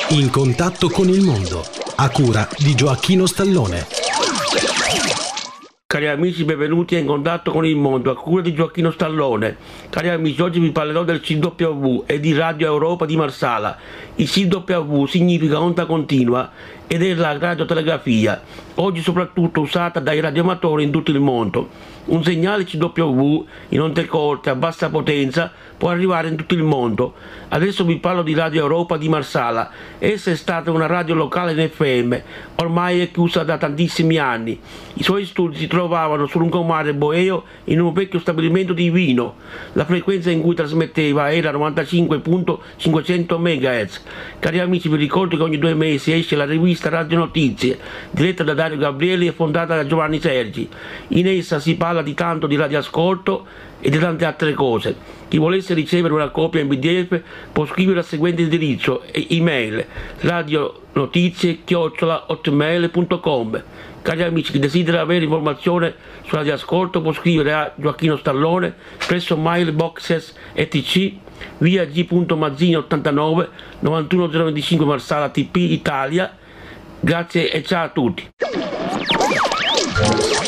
In contatto con il mondo, a cura di Gioacchino Stallone. Cari amici, benvenuti a In contatto con il mondo, a cura di Gioacchino Stallone. Cari amici, oggi vi parlerò del CW e di Radio Europa di Marsala. Il CW significa onda continua ed è la radiotelegrafia, oggi soprattutto usata dai radioamatori in tutto il mondo. Un segnale CW in onde corte a bassa potenza può arrivare in tutto il mondo. Adesso vi parlo di Radio Europa di Marsala. Essa è stata una radio locale in FM, ormai è chiusa da tantissimi anni. I suoi studi si trovavano sul lungomare Boeo in un vecchio stabilimento di vino. La frequenza in cui trasmetteva era 95.500 MHz. Cari amici, vi ricordo che ogni 2 mesi esce la rivista Radio Notizie, diretta da Dario Gabrieli e fondata da Giovanni Sergi. In essa si parla di tanto di radioascolto e di tante altre cose. Chi volesse ricevere una copia in PDF può scrivere al seguente indirizzo email radionotizie@hotmail.com. Cari amici, chi desidera avere informazione su radioascolto può scrivere a Gioacchino Stallone presso Mailboxes ETC, via G. Mazzini 89 91025 Marsala TP Italia. Grazie e ciao a tutti.